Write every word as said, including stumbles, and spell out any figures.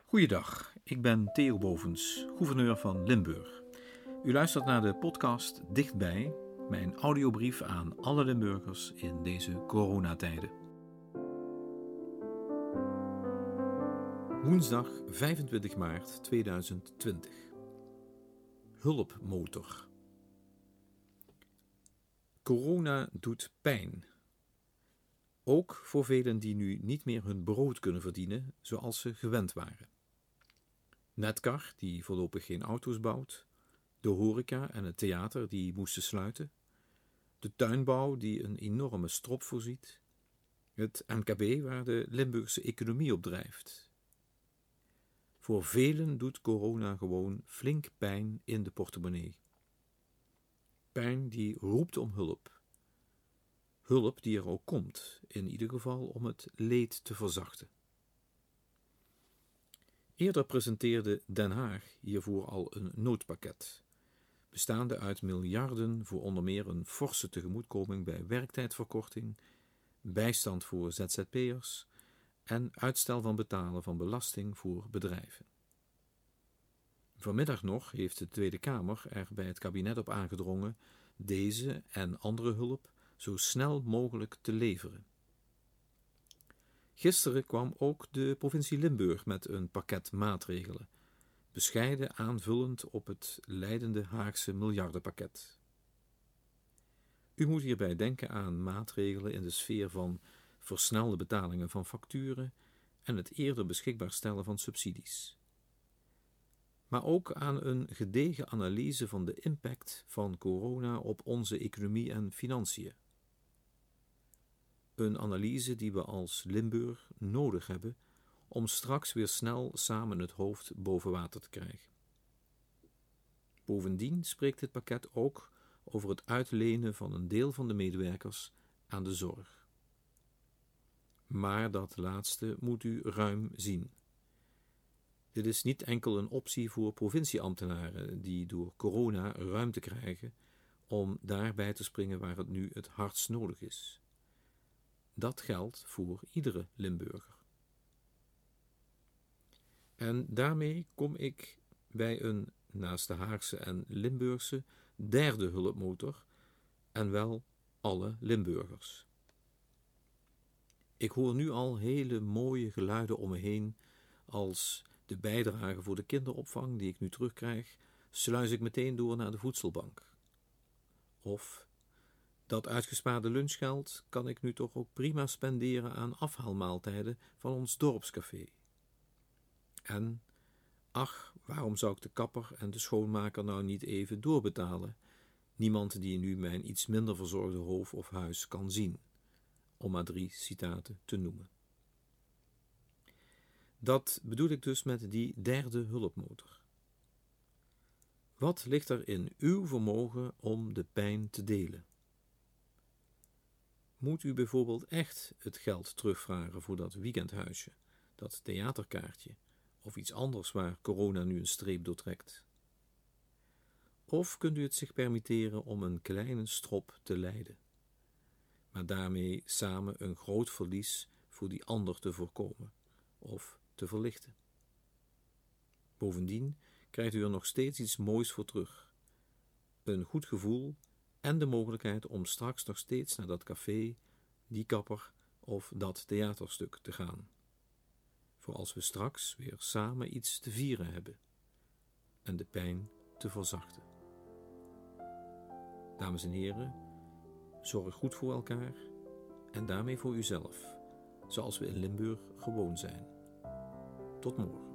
Goeiedag, ik ben Theo Bovens, gouverneur van Limburg. U luistert naar de podcast Dichtbij, mijn audiobrief aan alle Limburgers in deze coronatijden. Woensdag vijfentwintig maart tweeduizend twintig. Hulpmotor. Corona doet pijn. Ook voor velen die nu niet meer hun brood kunnen verdienen zoals ze gewend waren. Netcar, die voorlopig geen auto's bouwt, de horeca en het theater die moesten sluiten, de tuinbouw die een enorme strop voorziet, het M K B waar de Limburgse economie op drijft. Voor velen doet corona gewoon flink pijn in de portemonnee. Pijn die roept om hulp. Hulp die er ook komt, in ieder geval om het leed te verzachten. Eerder presenteerde Den Haag hiervoor al een noodpakket, bestaande uit miljarden voor onder meer een forse tegemoetkoming bij werktijdverkorting, bijstand voor Z Z P'ers en uitstel van betalen van belasting voor bedrijven. Vanmiddag nog heeft de Tweede Kamer er bij het kabinet op aangedrongen deze en andere hulp zo snel mogelijk te leveren. Gisteren kwam ook de provincie Limburg met een pakket maatregelen, bescheiden aanvullend op het leidende Haagse miljardenpakket. U moet hierbij denken aan maatregelen in de sfeer van versnelde betalingen van facturen en het eerder beschikbaar stellen van subsidies. Maar ook aan een gedegen analyse van de impact van corona op onze economie en financiën. Een analyse die we als Limburg nodig hebben om straks weer snel samen het hoofd boven water te krijgen. Bovendien spreekt dit pakket ook over het uitlenen van een deel van de medewerkers aan de zorg. Maar dat laatste moet u ruim zien. Dit is niet enkel een optie voor provincieambtenaren die door corona ruimte krijgen om daarbij te springen waar het nu het hardst nodig is. Dat geldt voor iedere Limburger. En daarmee kom ik bij een, naast de Haagse en Limburgse, derde hulpmotor, en wel alle Limburgers. Ik hoor nu al hele mooie geluiden om me heen, als de bijdrage voor de kinderopvang die ik nu terugkrijg, sluis ik meteen door naar de voedselbank. Of dat uitgespaarde lunchgeld kan ik nu toch ook prima spenderen aan afhaalmaaltijden van ons dorpscafé. En, ach, waarom zou ik de kapper en de schoonmaker nou niet even doorbetalen? Niemand die nu mijn iets minder verzorgde hoofd of huis kan zien, om maar drie citaten te noemen. Dat bedoel ik dus met die derde hulpmotor. Wat ligt er in uw vermogen om de pijn te delen? Moet u bijvoorbeeld echt het geld terugvragen voor dat weekendhuisje, dat theaterkaartje of iets anders waar corona nu een streep doortrekt? Of kunt u het zich permitteren om een kleine strop te lijden, maar daarmee samen een groot verlies voor die ander te voorkomen of te verlichten? Bovendien krijgt u er nog steeds iets moois voor terug. Een goed gevoel en de mogelijkheid om straks nog steeds naar dat café, die kapper of dat theaterstuk te gaan. Voor als we straks weer samen iets te vieren hebben en de pijn te verzachten. Dames en heren, zorg goed voor elkaar en daarmee voor uzelf, zoals we in Limburg gewoon zijn. Tot morgen.